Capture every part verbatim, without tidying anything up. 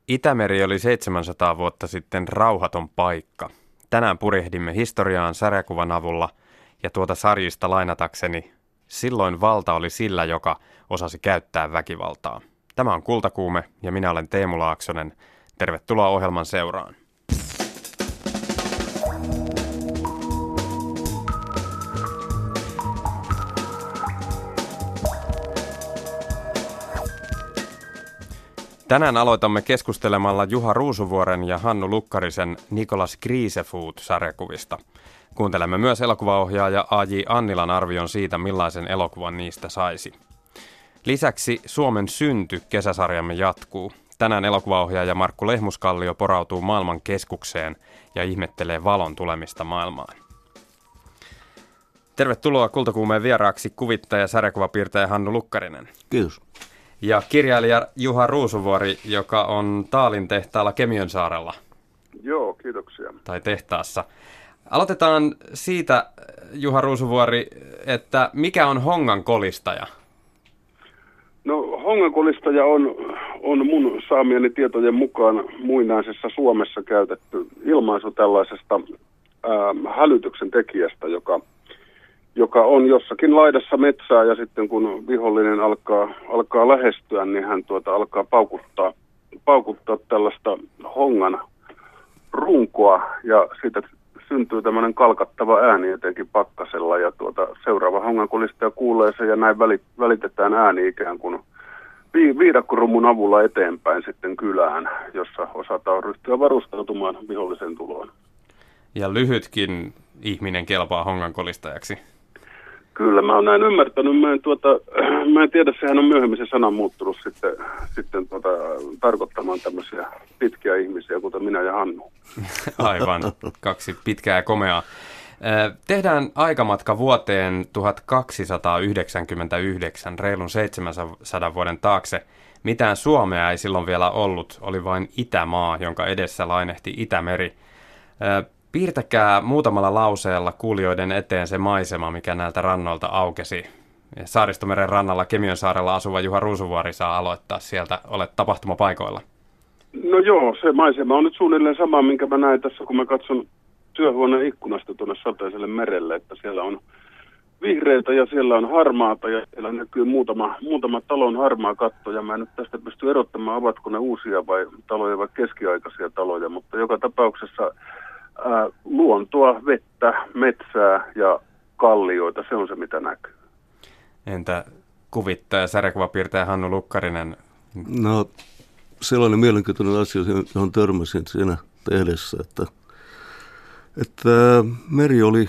Itämeri oli seitsemänsataa vuotta sitten rauhaton paikka. Tänään purjehdimme historiaan sarjakuvan avulla ja tuota sarjista lainatakseni, silloin valta oli sillä, joka osasi käyttää väkivaltaa. Tämä on Kultakuume ja minä olen Teemu Laaksonen. Tervetuloa ohjelman seuraan. Tänään aloitamme keskustelemalla Juha Ruusuvuoren ja Hannu Lukkarisen Nicolas Grisefoot-sarjakuvista. Kuuntelemme myös elokuvaohjaaja A J Annilan arvion siitä, millaisen elokuvan niistä saisi. Lisäksi Suomen synty kesäsarjamme jatkuu. Tänään elokuvaohjaaja Markku Lehmuskallio porautuu maailman keskukseen ja ihmettelee valon tulemista maailmaan. Tervetuloa Kultakuumeen vieraaksi kuvittaja ja sarjakuvapiirtäjä Hannu Lukkarinen. Kiitos. Ja kirjailija Juha Ruusuvuori, joka on Taalin tehtaalla Kemiönsaarella. Joo, kiitoksia. Tai tehtaassa. Aloitetaan siitä, Juha Ruusuvuori, että mikä on hongan kolistaja? No, hongan kolistaja on, on mun saamieni tietojen mukaan muinaisessa Suomessa käytetty ilmaisu tällaisesta ää, hälytyksen tekijästä, joka... joka on jossakin laidassa metsää ja sitten kun vihollinen alkaa, alkaa lähestyä, niin hän tuota alkaa paukuttaa, paukuttaa tällaista hongan runkoa ja siitä syntyy tämmöinen kalkattava ääni etenkin pakkasella ja tuota, seuraava hongan kolistaja kuulee se ja näin välitetään ääni ikään kuin viidakkorumun avulla eteenpäin sitten kylään, jossa osataan ryhtyä varustautumaan vihollisen tuloon. Ja lyhytkin ihminen kelpaa hongan kolistajaksi. Kyllä, mä oon näin ymmärtänyt. Mä en, tuota, mä en tiedä, sehän on myöhemmin se sana muuttunut sitten, sitten tuota, tarkoittamaan tämmöisiä pitkiä ihmisiä, kuten minä ja Hannu. Aivan, kaksi pitkää ja komeaa. Tehdään aikamatka vuoteen tuhatkaksisataayhdeksänkymmentäyhdeksän, reilun seitsemänsadan vuoden taakse. Mitään Suomea ei silloin vielä ollut, oli vain Itämaa, jonka edessä lainehti Itämeri. Piirtäkää muutamalla lauseella kuulijoiden eteen se maisema, mikä näiltä rannoilta aukesi. Saaristomeren rannalla Kemiönsaarella asuva Juha Ruusuvuori saa aloittaa. Sieltä olet tapahtumapaikoilla. No joo, se maisema on nyt suunnilleen sama, minkä mä näin tässä, kun mä katson työhuoneen ikkunasta tuonne sateiselle merelle, että siellä on vihreitä ja siellä on harmaata ja siellä näkyy muutama, muutama talon harmaa katto ja mä en nyt tästä pysty erottamaan, ovatko ne uusia vai taloja vai keskiaikaisia taloja, mutta joka tapauksessa Ää, luontoa, vettä, metsää ja kallioita, se on se mitä näkyy. Entä kuvittaja, sarjakuvapiirtäjä Hannu Lukkarinen? No sellainen mielenkiintoinen asia, johon törmäsin siinä tehdessä, että, että meri oli,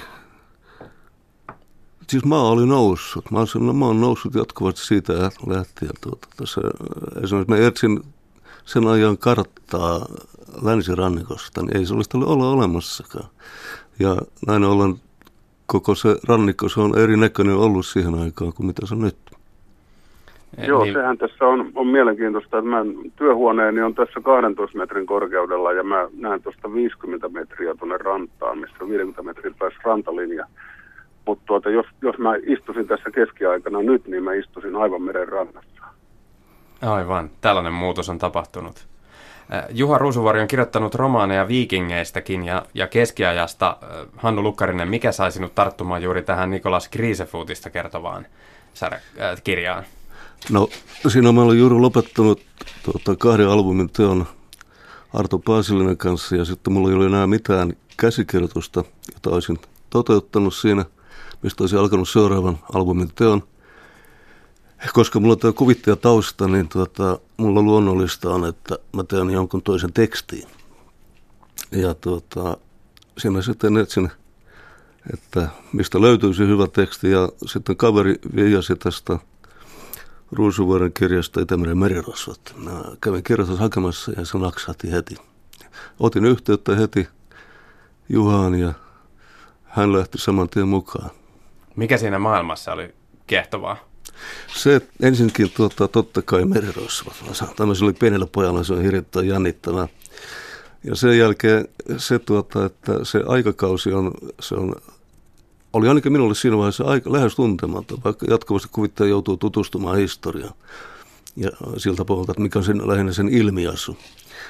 siis maa oli noussut. Mä olen, mä olen noussut jatkuvasti siitä lähtien. Tuota, tässä, esimerkiksi mä etsin sen ajan karttaa länsirannikosta, niin ei sellaista ole olemassakaan. Ja näin ollen koko se rannikko, se on erinäköinen ollut siihen aikaan kuin mitä se on nyt. Joo, niin. Sehän tässä on, on mielenkiintoista, että mä, työhuoneeni on tässä kahdentoista metrin korkeudella ja mä näen tuosta viisikymmentä metriä tuonne rantaan, missä on viisikymmentä metrin päässä rantalinja. Mutta tuota, jos, jos mä istuisin tässä keskiaikana nyt, niin mä istuisin aivan meren rannassa. Aivan, tällainen muutos on tapahtunut. Juha Ruusuvuori on kirjoittanut romaaneja viikingeistäkin ja, ja keskiajasta. Hannu Lukkarinen, mikä sai sinut tarttumaan juuri tähän Nicolas Grisefootista kertovaan sarja, äh, kirjaan? No siinä mä olen juuri lopettanut tuota, kahden albumin teon Arto Paasilinen kanssa ja sitten mulla ei ole enää mitään käsikirjoitusta, jota olisin toteuttanut siinä, mistä olisin alkanut seuraavan albumin teon. Koska mulla on tämä kuvittajatausta, niin tuota, mulla luonnollista on, että mä teen jonkun toisen tekstiin. Ja tuota, siinä sitten etsin, että mistä löytyisi hyvä teksti. Ja sitten kaveri viijasi tästä Ruusuvuoren kirjasta Itämeren merirosvot. Mä kävin kirjoitus hakemassa ja se naksahti heti. Otin yhteyttä heti Juhaan ja hän lähti saman tien mukaan. Mikä siinä maailmassa oli kiehtovaa? Se ensinkin tuota, totta kai merirosvot. Tämmöisellä pienellä pojalla se on hirvittävän jännittävää. Ja sen jälkeen se, tuota, että se aikakausi on, se on, oli ainakin minulle siinä vaiheessa aika lähes tuntematon, vaikka jatkuvasti kuvittaja joutuu tutustumaan historiaan. Ja siltä pohjalta, että mikä on sen, lähinnä sen ilmiasu.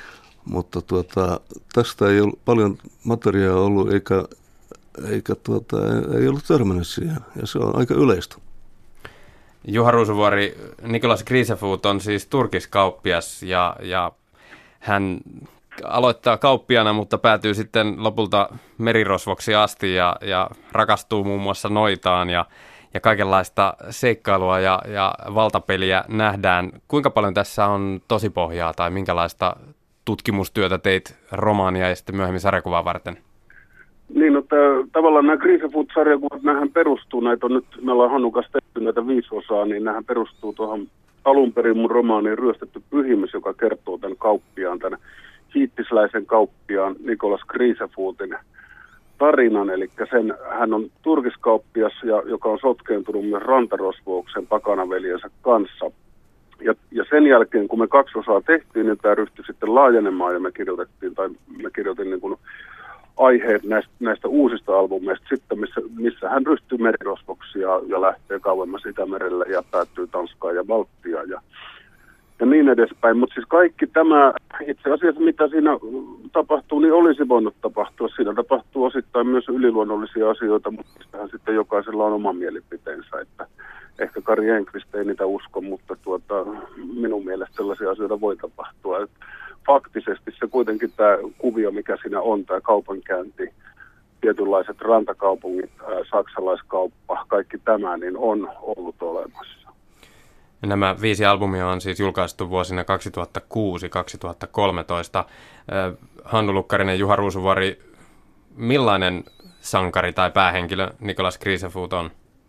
Mutta tuota, tästä ei ollut paljon materiaa ollut, eikä, eikä tuota, ei ollut törmännyt siihen, ja se on aika yleistä. Juha Ruusuvuori, Nicolas Grisefoot on siis turkiskauppias, ja, ja hän aloittaa kauppiana, mutta päätyy sitten lopulta merirosvoksi asti ja, ja rakastuu muun muassa noitaan ja, ja kaikenlaista seikkailua ja, ja valtapeliä nähdään. Kuinka paljon tässä on tosipohjaa tai minkälaista tutkimustyötä teit romaania ja sitten myöhemmin sarjakuvaa varten? Niin, no tää, tavallaan nämä Grisefoot-sarjakuvat, nämähän perustuu, näitä on nyt, me ollaan Hannun kanssa tehty näitä viisi osaa, niin nämähän perustuu tuohon alun perin mun romaaniin Ryöstetty pyhimys, joka kertoo tämän kauppiaan, tämän hiittisläisen kauppiaan Nicolas Grisefootin tarinan, eli sen, hän on turkiskauppias, ja, joka on sotkeentunut myös rantarosvouksen pakanaveljensä kanssa. Ja, ja sen jälkeen, kun me kaksi osaa tehtiin, niin tämä ryhtyi sitten laajenemaan, ja me kirjoitettiin, tai me kirjoitin niin kuin aiheet näistä, näistä uusista albumeista sitten, missä, missä hän ryhtyy merirosvoksi ja, ja lähtee kauemmas Itämerelle ja päättyy Tanskaan ja Baltiaan ja, ja niin edespäin. Mutta siis kaikki tämä, itse asiassa mitä siinä tapahtuu, niin olisi voinut tapahtua. Siinä tapahtuu osittain myös yliluonnollisia asioita, mutta sitähän sitten jokaisella on oma mielipiteensä, että ehkä Kari Enqvist ei niitä usko, mutta tuota, minun mielestä sellaisia asioita voi tapahtua. Et faktisesti se kuitenkin tämä kuvio, mikä siinä on, tämä kaupankäynti, tietynlaiset rantakaupungit, ää, saksalaiskauppa, kaikki tämä, niin on ollut olemassa. Nämä viisi albumia on siis julkaistu vuosina kaksituhattakuusi kaksituhattakolmetoista. Hannu Lukkarinen ja Juha Ruusuvuori, millainen sankari tai päähenkilö Nicolas Grisefoot on?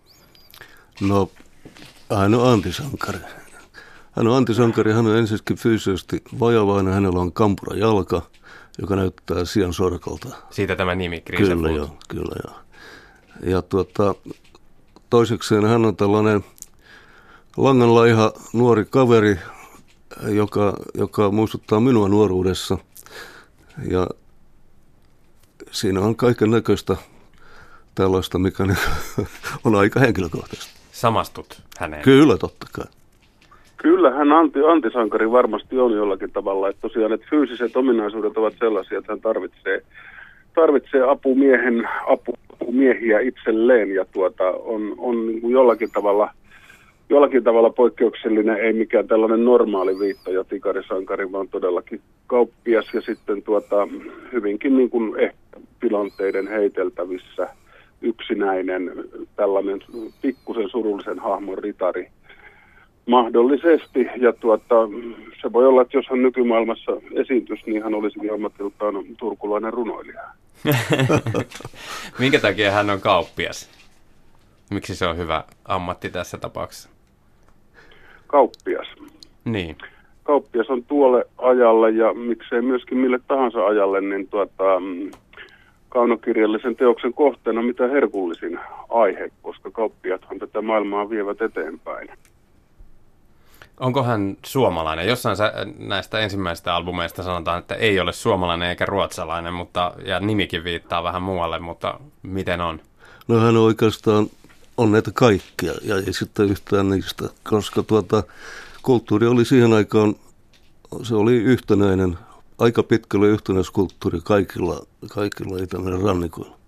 No, hän on antisankari. Hän on antisankari, hän on ensisikin fyysisesti vajavainen, hänellä on kampura jalka, joka näyttää sian sorkalta. Siitä tämä nimi, Grisefoot. Kyllä joo, kyllä joo. Ja tuota, toisekseen hän on tällainen langanlaiha nuori kaveri, joka, joka muistuttaa minua nuoruudessa. Ja siinä on kaiken näköistä tällaista, mikä on aika henkilökohtaista. Samastut häneen? Kyllä, totta kai. Kyllä hän anti, antisankari varmasti on jollakin tavalla, että tosiaan että fyysiset ominaisuudet ovat sellaisia, että hän tarvitsee, tarvitsee apumiehen, apu, apumiehiä itselleen ja tuota, on, on niin kuin jollakin tavalla, jollakin tavalla poikkeuksellinen, ei mikään tällainen normaali viitto ja tikarisankari, vaan todellakin kauppias ja sitten tuota, hyvinkin niin kuin ehkä tilanteiden heiteltävissä yksinäinen tällainen pikkusen surullisen hahmon ritari. Mahdollisesti, ja tuota, se voi olla, että jos hän nykymaailmassa esiintyisi, niin hän olisikin ammatiltaan turkulainen runoilija. Minkä takia hän on kauppias? Miksi se on hyvä ammatti tässä tapauksessa? Kauppias. Niin. Kauppias on tuolle ajalle, ja miksei myöskin mille tahansa ajalle, niin tuota, kaunokirjallisen teoksen kohteena mitä herkullisin aihe, koska kauppiathan tätä maailmaa vievät eteenpäin. Onko hän suomalainen? Jossain näistä ensimmäisistä albumeista sanotaan, että ei ole suomalainen eikä ruotsalainen, mutta, ja nimikin viittaa vähän muualle, mutta miten on? No hän oikeastaan on näitä kaikkia ja ei sitten yhtään niistä, koska tuota, kulttuuri oli siihen aikaan, se oli yhtenäinen, aika pitkälle yhtenäiskulttuuri kaikilla, kaikilla Itämeren rannikoilla.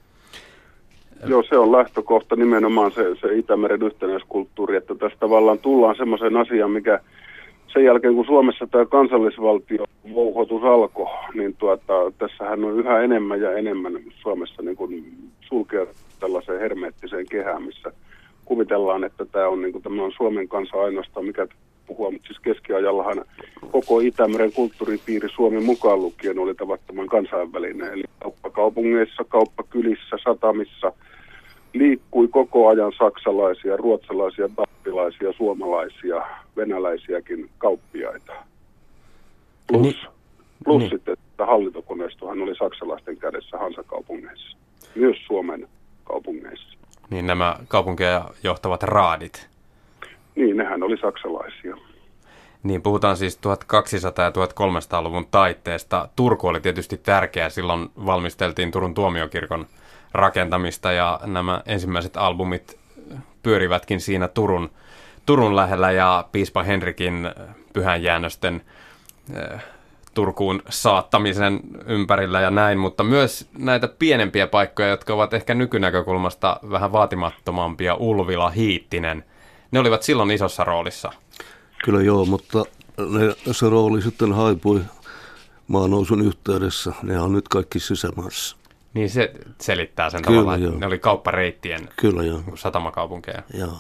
Joo, se on lähtökohta nimenomaan se, se Itämeren yhtenäiskulttuuri, että tässä tavallaan tullaan semmoisen asian, mikä sen jälkeen kun Suomessa tämä kansallisvaltio vouhotus alkoi, niin tuota, tässähän on yhä enemmän ja enemmän Suomessa niin kuin sulkea tällaiseen hermeettiseen kehään, missä kuvitellaan, että tämä on, niin kuin, tämä on Suomen kansa ainoastaan, mikä puhua, mutta siis keskiajallahan koko Itämeren kulttuuripiiri Suomen mukaan lukien oli tavattoman kansainvälinen, eli kauppakaupungeissa, kauppakylissä, satamissa liikkui koko ajan saksalaisia, ruotsalaisia, baltilaisia, suomalaisia, venäläisiäkin kauppiaita. Plus, niin. plus niin. sitten, että hallintokoneistohan oli saksalaisten kädessä Hansa-kaupungeissa, myös Suomen kaupungeissa. Niin nämä kaupunkeja johtavat raadit. Niin, nehän oli saksalaisia. Niin, puhutaan siis tuhatkaksisataa- ja tuhatkolmesataaluvun taitteesta. Turku oli tietysti tärkeä. Silloin valmisteltiin Turun tuomiokirkon rakentamista ja nämä ensimmäiset albumit pyörivätkin siinä Turun, Turun lähellä ja piispa Henrikin pyhänjäännösten Turkuun saattamisen ympärillä ja näin, mutta myös näitä pienempiä paikkoja, jotka ovat ehkä nykynäkökulmasta vähän vaatimattomampia, Ulvila, Hiittinen, ne olivat silloin isossa roolissa. Kyllä joo, mutta ne, se rooli sitten haipui maannousun yhteydessä. Ne on nyt kaikki sisämaassa. Niin se selittää sen Kyllä, tavallaan, joo. että ne oli kauppareittien Kyllä joo. satamakaupunkeja. Joo.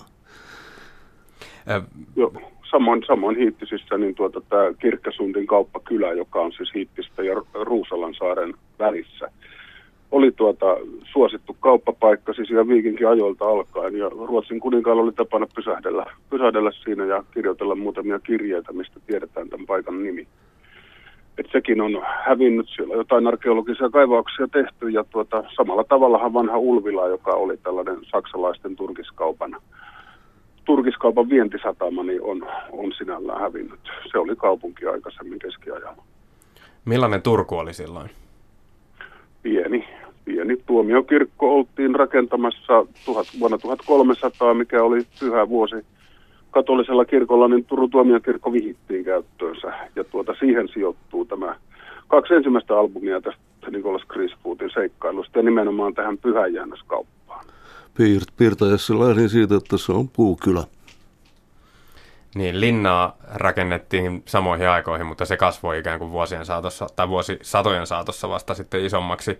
Ö, Joo, samoin, samoin Hiittisissä niin tuota, tämä Kirkkasundin kauppakylä, joka on siis Hiittistä ja Ruusalansaaren välissä, oli tuota suosittu kauppapaikka siis ihan viikinkin ajoilta alkaen, ja Ruotsin kuninkaalla oli tapana pysähdellä, pysähdellä siinä ja kirjoitella muutamia kirjeitä, mistä tiedetään tämän paikan nimi. Et sekin on hävinnyt, siellä on jotain arkeologisia kaivauksia tehty, ja tuota, samalla tavallahan vanha Ulvila, joka oli tällainen saksalaisten turkiskaupan, turkiskaupan vientisatama, niin on, on sinällään hävinnyt. Se oli kaupunki aikaisemmin keskiajalla. millainen Turku oli silloin? Pieni, pieni tuomiokirkko oltiin rakentamassa tuhat, vuonna tuhatkolmesataa, mikä oli pyhä vuosi katolisella kirkolla, niin Turun tuomiokirkko vihittiin käyttöönsä. Ja tuota, siihen sijoittuu tämä kaksi ensimmäistä albumia tästä Nicholas Griesefootin seikkailusta ja nimenomaan tähän pyhäjäännöskauppaan. Piir- piirtäjässä lähdin siitä, että se on puukylä. Niin, linnaa rakennettiin samoihin aikoihin, mutta se kasvoi ikään kuin vuosien saatossa, tai vuosisatojen saatossa vasta sitten isommaksi.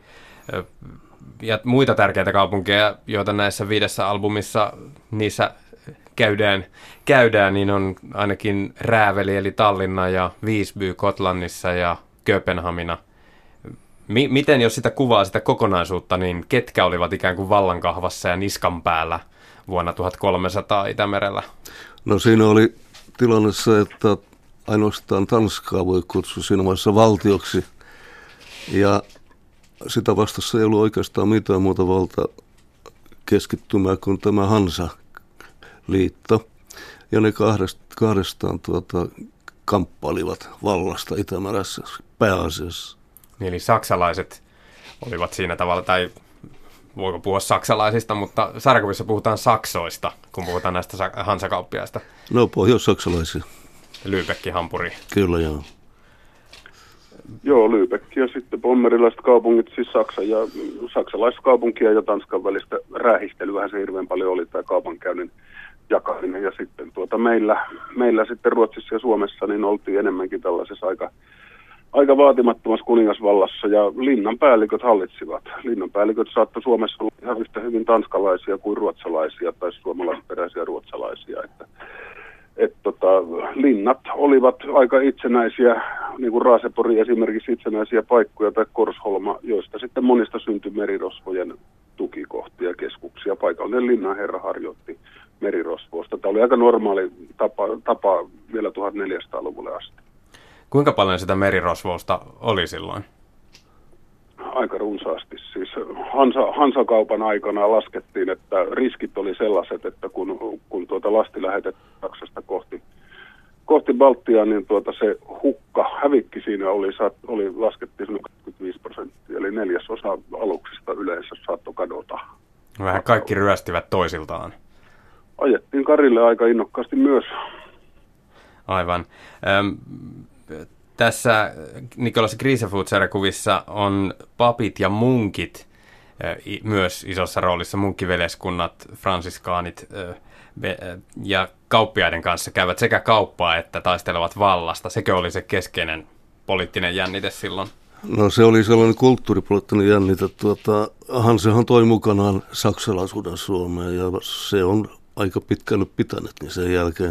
Ja muita tärkeitä kaupunkeja, joita näissä viidessä albumissa niissä käydään, käydään niin on ainakin Rääveli eli Tallinna ja Visby Kotlannissa ja Kööpenhamina. M- miten, jos sitä kuvaa sitä kokonaisuutta, niin ketkä olivat ikään kuin vallankahvassa ja niskan päällä vuonna tuhatkolmesataa Itämerellä? No siinä oli tilanne se, että ainoastaan Tanskaa voi kutsua siinä vaiheessa valtioksi. Ja sitä vastassa ei ollut oikeastaan mitään muuta valtakeskittymää kuin tämä Hansa-liitto. Ja ne kahdest, kahdestaan tuota, kamppailivat vallasta Itämerässä pääasiassa. Eli saksalaiset olivat siinä tavalla, tai voiko puhua saksalaisista, mutta sarjakuvissa puhutaan saksoista, kun puhutaan näistä hansakauppiaista. No pohjois-saksalaisia. Lübeck, Hampuri. Kyllä joo. Joo, Lübeck ja sitten pommerilaiset kaupungit, siis Saksa ja saksalaiset kaupunkia ja Tanskan välistä räähistelyähän se hirveän paljon oli, tämä kaupankäynnin jakaminen. Ja sitten tuota meillä, meillä sitten Ruotsissa ja Suomessa niin oltiin enemmänkin tällaisessa aika, aika vaatimattomassa kuningasvallassa ja linnanpäälliköt hallitsivat. Linnanpäälliköt saattoi Suomessa olla ihan yhtä hyvin tanskalaisia kuin ruotsalaisia tai suomalaisperäisiä ruotsalaisia, että Et tota, linnat olivat aika itsenäisiä, niin kuin Raasepori esimerkiksi itsenäisiä paikkoja tai Korsholma, joista sitten monista syntyi merirosvojen tukikohtia, keskuksia. Paikallinen linnanherra harjoitti merirosvoista. Tämä oli aika normaali tapa, tapa vielä tuhatneljäsataaluvulle asti. Kuinka paljon sitä merirosvousta oli silloin? Aika runsaasti. Siis Hansa, Hansakaupan aikana laskettiin, että riskit oli sellaiset, että kun, kun tuota lasti lähetettiin Saksasta kohti, kohti Baltiaa, niin tuota se hukka, hävikki siinä oli, oli laskettiin kaksikymmentäviisi prosenttia, eli neljäsosa aluksista yleensä saattoi kadota. Vähän kaikki ryöstivät toisiltaan. Ajettiin karille aika innokkaasti myös. Aivan. Öm, Tässä Nicholas Grisefoot-sarjakuvissa on papit ja munkit myös isossa roolissa, munkkiveljeskunnat, fransiskaanit ja kauppiaiden kanssa käyvät sekä kauppaa että taistelevat vallasta. Sekö oli se keskeinen poliittinen jännite silloin? No se oli sellainen kulttuuripoliittinen jännite. Tuota, Hansehan toi mukanaan saksalaisuuden Suomeen ja se on aika pitkälle pitänyt niin sen jälkeen.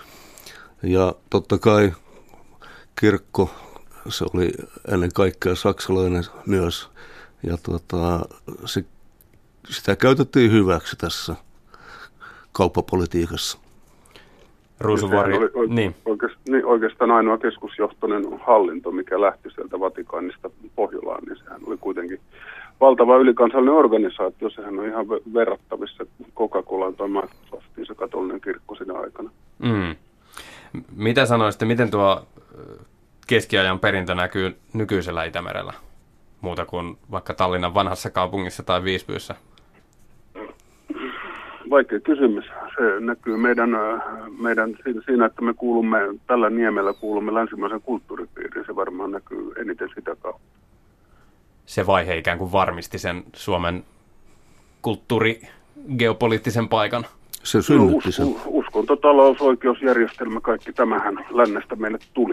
Ja totta kai kirkko, se oli ennen kaikkea saksalainen myös, ja tuota, se, sitä käytettiin hyväksi tässä kauppapolitiikassa. Ruusuvuori, oli oike- niin. Oikeastaan, niin, oikeastaan ainoa keskusjohtoinen hallinto, mikä lähti sieltä Vatikaanista Pohjolaan, niin sehän oli kuitenkin valtava ylikansallinen organisaatio. Sehän on ihan verrattavissa Coca-Colaan tai Microsoftiin se katolinen kirkko siinä aikana. Mm. Mitä sanoisitte, miten tuo keskiajan perintö näkyy nykyisellä Itämerellä, muuta kuin vaikka Tallinnan vanhassa kaupungissa tai Visbyssä? vaikea kysymys. Se näkyy meidän, meidän siinä, että me kuulumme, tällä niemellä kuulumme länsimaisen kulttuuripiiriin. Se varmaan näkyy eniten sitä kautta. Se vaihe ikään kuin varmisti sen Suomen kulttuurigeopoliittisen paikan. Se synnytti sen. No, us, uskonto, talous, oikeusjärjestelmä, kaikki tämähän lännestä meille tuli.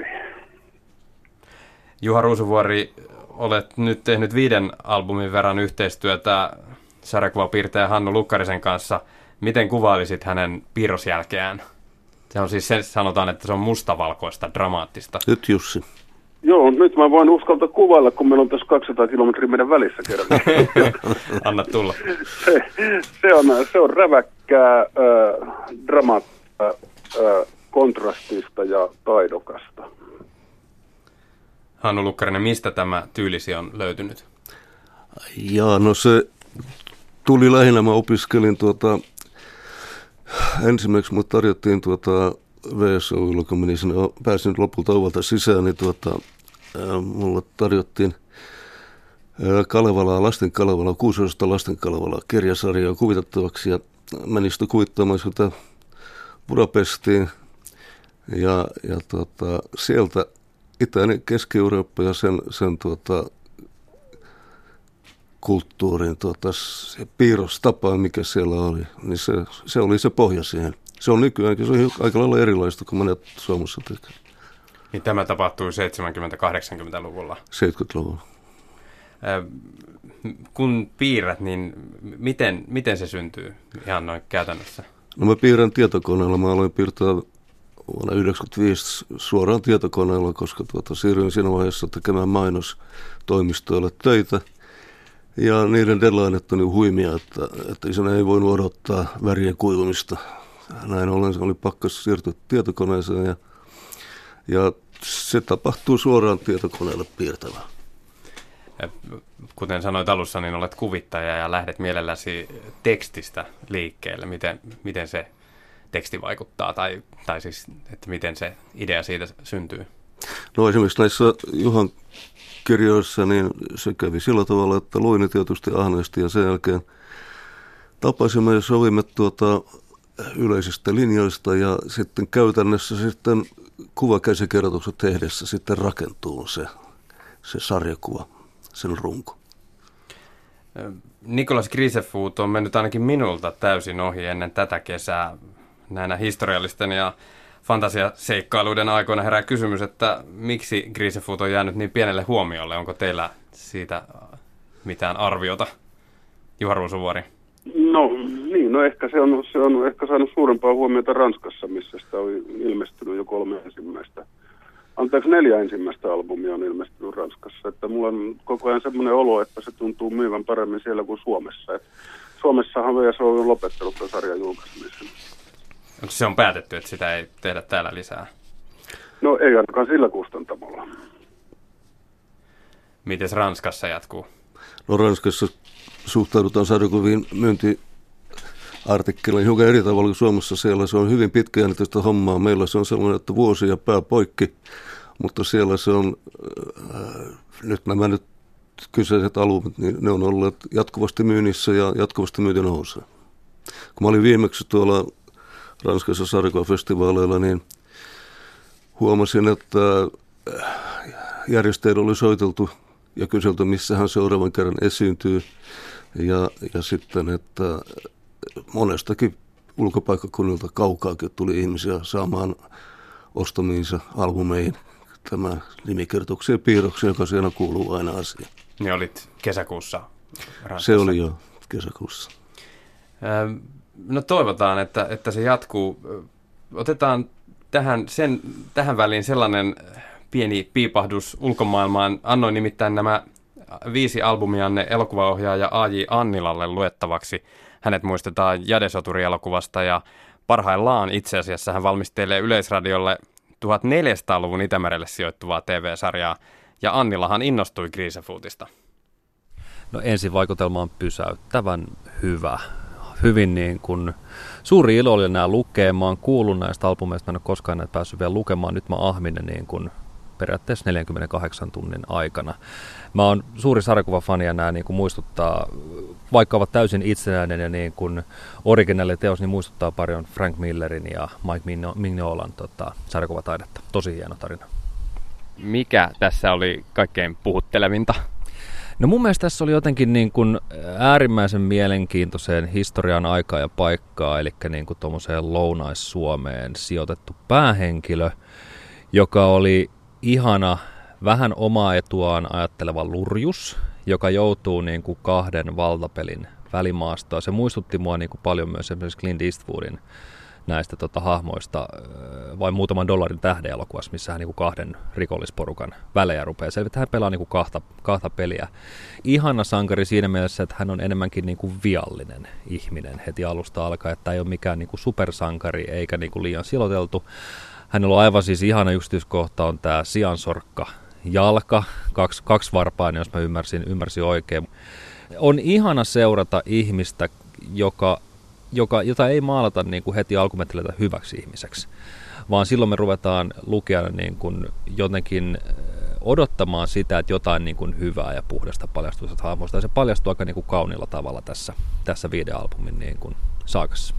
Juha Ruusuvuori, olet nyt tehnyt viiden albumin verran yhteistyötä sarjakuvapiirtäjä Hannu Lukkarisen kanssa. Miten kuvailisit hänen piirrosjälkeään? Se on siis, se, sanotaan, että se on mustavalkoista, dramaattista. Nyt Jussi. Joo, nyt mä voin uskaltaa kuvailla, kun meillä on tässä kaksisataa kilometriä meidän välissä kerran. Anna tulla. Se, se, on, se on räväkkää, äh, dramaattista, äh, kontrastista ja taidokasta. Hannu Lukkarinen, mistä tämä tyylisi on löytynyt? Jaa, no se tuli lähinnä, mä opiskelin tuota, ensimmäiseksi mut tarjottiin tuota V S O:lla, kun menin sinne, pääsin lopulta ovalta sisään, niin tuota, ää, mulle tarjottiin ää, Kalevalaa, lasten Kalevalaa, kuusi-osasta lasten Kalevalaa kirjasarjaa kuvitettavaksi, ja menin sitten kuvittamaan sitä Budapestiin, ja, ja tuota, sieltä itäinen Keski-Eurooppa ja sen, sen tuota, kulttuurin tuota, se piirrostapa, mikä siellä oli, niin se, se oli se pohja siihen. Se on nykyäänkin, se on aika lailla erilaista kuin monet Suomessa tekee. Niin tämä tapahtui seitsemänkymmentä-kahdeksankymmentäluvulla. seitsemänkymmentäluvulla. Kun piirrät, niin miten, miten se syntyy ihan noin käytännössä? No mä piirrän tietokoneella. Mä aloin piirtää vuonna yhdeksänkymmentäviisi suoraan tietokoneella, koska tuota, siirryin siinä vaiheessa tekemään mainostoimistoille töitä. Ja niiden deadlineet on niin huimia, että, että isänä ei voinut odottaa värien kuivumista. Näin ollen se oli pakko siirtyä tietokoneeseen ja, ja se tapahtuu suoraan tietokoneelle piirtävää. Kuten sanoit alussa, niin olet kuvittaja ja lähdet mielelläsi tekstistä liikkeelle. Miten, miten se teksti vaikuttaa tai, tai siis, että miten se idea siitä syntyy? No esimerkiksi näissä Juhan kirjoissa niin se kävi sillä tavalla, että luin ne tietysti ahneesti ja sen jälkeen tapasimme ja sovimme tuota yleisistä linjoista ja sitten käytännössä sitten kuvakäsikirjoitukset tehdessä sitten rakentuu se, se sarjakuva, sen runko. Nicolas Grisefoot on mennyt ainakin minulta täysin ohi ennen tätä kesää. Näinä historiallisten ja fantasiaseikkailuiden aikoina herää kysymys, että miksi Grisefoot on jäänyt niin pienelle huomiolle? Onko teillä siitä mitään arviota, Juha Ruusuvuori? No niin, no ehkä se on, se on ehkä saanut suurempaa huomiota Ranskassa, missä sitä on ilmestynyt jo kolme ensimmäistä. Anteeksi, neljä ensimmäistä albumia on ilmestynyt Ranskassa. Että mulla on koko ajan semmoinen olo, että se tuntuu myyvän paremmin siellä kuin Suomessa. Et Suomessahan V S O on lopettanut tämän sarjan julkaisemisen. Onko se on päätetty, että sitä ei tehdä täällä lisää? No ei ainakaan sillä kustantamolla. Mites Ranskassa jatkuu? No Ranskassa suhtaudutaan sarjakuviin myyntiartikkeleihin hiukan eri tavalla kuin Suomessa. Siellä se on hyvin pitkäjänteistä hommaa. Meillä se on sellainen, että vuosi ja pää poikki, mutta siellä se on, äh, nyt nämä nyt kyseiset albumit, niin ne on olleet jatkuvasti myynnissä ja jatkuvasti myynti nousee. Kun mä olin viimeksi tuolla Ranskassa sarjakuvafestivaaleilla, niin huomasin, että järjestäjillä oli soiteltu ja kyselty, missä hän seuraavan kerran esiintyy. Ja, ja sitten, että monestakin ulkopaikkakunnilta kaukaakin tuli ihmisiä saamaan ostamiinsa albumeihin tämä nimikertoksia ja piirroksia, joka siinä kuuluu aina asiaan. Niin olit kesäkuussa Ranskassa? Se oli jo kesäkuussa. No toivotaan, että, että se jatkuu. Otetaan tähän, sen, tähän väliin sellainen pieni piipahdus ulkomaailmaan. Annoin nimittäin nämä viisi albumianne elokuvaohjaaja A J Annilalle luettavaksi. Hänet muistetaan Jade-soturi-elokuvasta ja parhaillaan itse asiassa hän valmistelee Yleisradiolle tuhatneljäsataaluvun Itämerelle sijoittuvaa T V-sarjaa. Ja Annilahan innostui Grisefootista. No ensivaikutelma on pysäyttävän hyvä. Hyvin niin kuin, suuri ilo oli nämä lukea. Mä oon kuullut näistä albumeista, mä en ole koskaan näitä päässyt vielä lukemaan. Nyt mä ahmin ne niin kuin periaatteessa neljänkymmenenkahdeksan tunnin aikana. Mä oon suuri sarjakuvafani ja nämä niin kuin muistuttaa, vaikka ovat täysin itsenäinen ja niin kuin originaali teos, niin muistuttaa paljon Frank Millerin ja Mike Mignolan tota, sarjakuvataidetta. Tosi hieno tarina. Mikä tässä oli kaikkein puhuttelevinta? No mun mielestä tässä oli jotenkin niin kuin äärimmäisen mielenkiintoiseen historian aikaa ja paikkaa, eli niin kuin tuommoiseen Lounais-Suomeen sijoitettu päähenkilö, joka oli ihana, vähän omaa etuaan ajatteleva lurjus, joka joutuu niin kuin kahden valtapelin välimaastoon. Se muistutti mua niin kuin paljon myös esimerkiksi Clint Eastwoodin näistä tota, hahmoista vain muutaman dollarin tähdeelokuvassa, missä hän niin kuin kahden rikollisporukan välejä rupeaa selvittämään. Hän pelaa niin kuin kahta, kahta peliä. Ihana sankari siinä mielessä, että hän on enemmänkin niin kuin viallinen ihminen heti alusta alkaen, että ei ole mikään niin kuin supersankari eikä niin kuin liian siloteltu. Hänellä on aivan siis ihana yksityiskohta on tämä siansorkka jalka, kaksi, kaksivarpainen, jos mä ymmärsin, ymmärsin oikein. On ihana seurata ihmistä, joka Joka, jota ei maalata niin kuin heti alkumetreiltä hyväksi ihmiseksi, vaan silloin me ruvetaan lukijana niin kuin jotenkin odottamaan sitä, että jotain niin kuin hyvää ja puhdasta paljastuu hahmoista. Ja se paljastuu aika niin kuin kauniilla tavalla tässä, tässä viidealbumin niin kuin saakassa.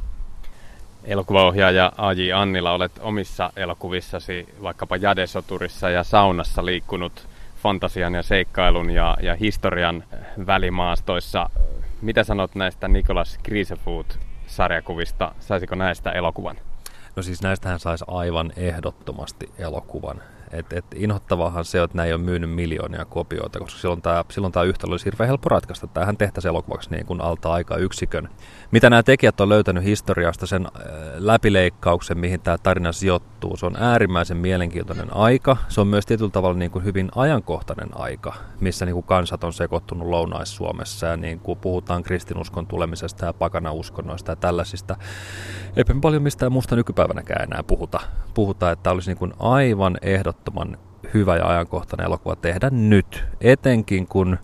Elokuvaohjaaja A J Annila, olet omissa elokuvissasi vaikkapa Jadesoturissa ja Saunassa liikkunut fantasian ja seikkailun ja, ja historian välimaastoissa. Mitä sanot näistä Nicolas Grisefoot-sarjakuvista? Saisiko näistä elokuvan? No siis näistähän saisi aivan ehdottomasti elokuvan. Et, et inhottavahan se, että nämä ei ole myynyt miljoonia kopioita, koska silloin tämä, silloin tämä yhtälö olisi hirveän helppo ratkaista. Tämähän tehtäisiin elokuvaksi niin kuin alta aika yksikön. Mitä nämä tekijät on löytänyt historiasta, sen läpileikkauksen, mihin tämä tarina sijoittuu, se on äärimmäisen mielenkiintoinen aika. Se on myös tietyllä tavalla niin kuin hyvin ajankohtainen aika, missä niin kuin kansat on sekoittunut Lounais-Suomessa ja niin kuin puhutaan kristinuskon tulemisesta ja pakanauskonnoista ja tällaisista. Eipä paljon mistään muusta nykypäivänäkään enää puhuta. Puhutaan, että olisi niin kuin aivan ehdottoman hyvä ja ajankohtainen elokuva tehdä nyt, etenkin kun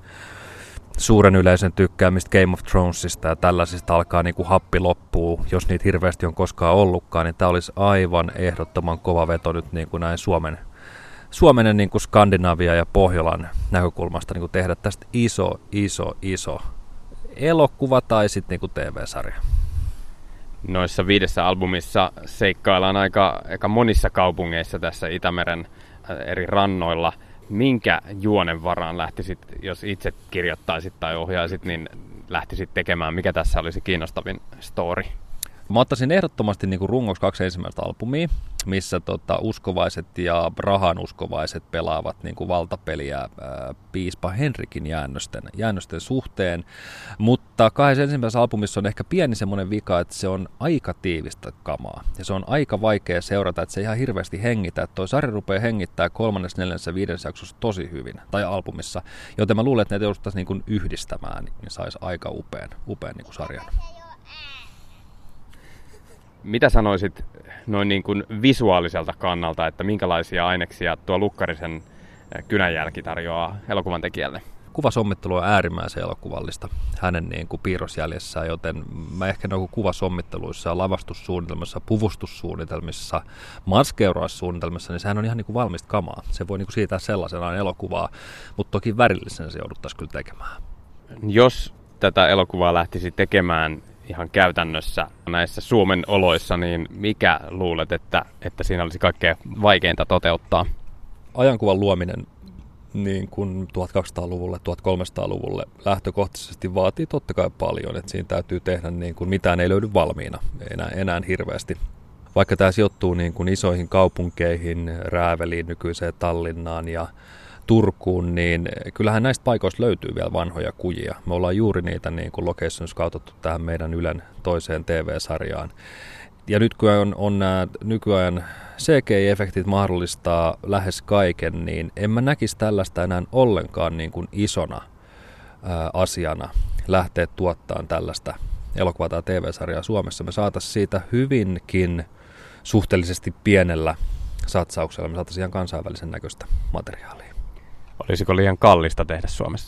suuren yleisön tykkäämistä Game of Thronesista ja tällaisista alkaa niin kuin happi loppuu, jos niitä hirveästi on koskaan ollutkaan, niin tämä olisi aivan ehdottoman kova veto nyt niin kuin näin Suomen, Suomen niin kuin Skandinavia ja Pohjolan näkökulmasta niin kuin tehdä tästä iso, iso, iso elokuva tai sitten niin kuin T V-sarja. Noissa viidessä albumissa seikkaillaan aika, aika monissa kaupungeissa tässä Itämeren eri rannoilla. Minkä juonen varaan lähtisit, jos itse kirjoittaisit tai ohjaisit, niin lähtisit tekemään? Mikä tässä olisi kiinnostavin story? Mä ottaisin ehdottomasti niin kuin rungoksi kaksi ensimmäistä albumia, missä tota, uskovaiset ja rahan uskovaiset pelaavat niin kuin valtapeliä ää, piispa Henrikin jäännösten, jäännösten suhteen. Mutta kahdessa ensimmäisessä albumissa on ehkä pieni semmoinen vika, että se on aika tiivistä kamaa. Ja se on aika vaikea seurata, että se ihan hirveästi hengitä. Että toi sarja rupeaa hengittää kolmannes, neljännessä, viidennessä jaksossa tosi hyvin, tai albumissa. Joten mä luulen, että ne jouduttaisiin niin kuin yhdistämään, niin saisi aika upean, upean niin kuin sarjan. Mitä sanoisit noin niin kuin visuaaliselta kannalta, että minkälaisia aineksia tuo Lukkarisen Kynänjälki tarjoaa elokuvan tekijälle? Kuvasommittelu on äärimmäisen elokuvallista hänen niin kuin piirrosjäljessään, joten mä ehkä noin kuvasommitteluissa, lavastussuunnitelmissa, puvustussuunnitelmissa, maskeuraussuunnitelmissa, niin sehän on ihan niin kuin valmista kamaa. Se voi niin kuin siirtää sellaisenaan elokuvaa, mutta toki värillisen se jouduttaisiin kyllä tekemään. Jos tätä elokuvaa lähtisi tekemään ihan käytännössä näissä Suomen oloissa, niin mikä luulet, että, että siinä olisi kaikkein vaikeinta toteuttaa? Ajankuvan luominen niin kuin tuhatkaksisataaluvulle, tuhatkolmesataaluvulle lähtökohtaisesti vaatii totta kai paljon, että siinä täytyy tehdä niin kuin mitään ei löydy valmiina enää, enää hirveästi. Vaikka tämä sijoittuu niin kuin isoihin kaupunkeihin, Rääveliin, nykyiseen Tallinnaan ja Turkuun, niin kyllähän näistä paikoista löytyy vielä vanhoja kujia. Me ollaan juuri niitä niin kuin location scoutattu tähän meidän Ylen toiseen T V-sarjaan. Ja nyt kun on, on nämä nykyajan C G I-efektit mahdollistaa lähes kaiken, niin en mä näkisi tällaista enää ollenkaan niin kuin isona ää, asiana lähteä tuottamaan tällaista elokuvaa tai T V-sarjaa Suomessa. Me saataisiin siitä hyvinkin suhteellisesti pienellä satsauksella, me saataisiin ihan kansainvälisen näköistä materiaalia. Olisiko liian kallista tehdä Suomessa?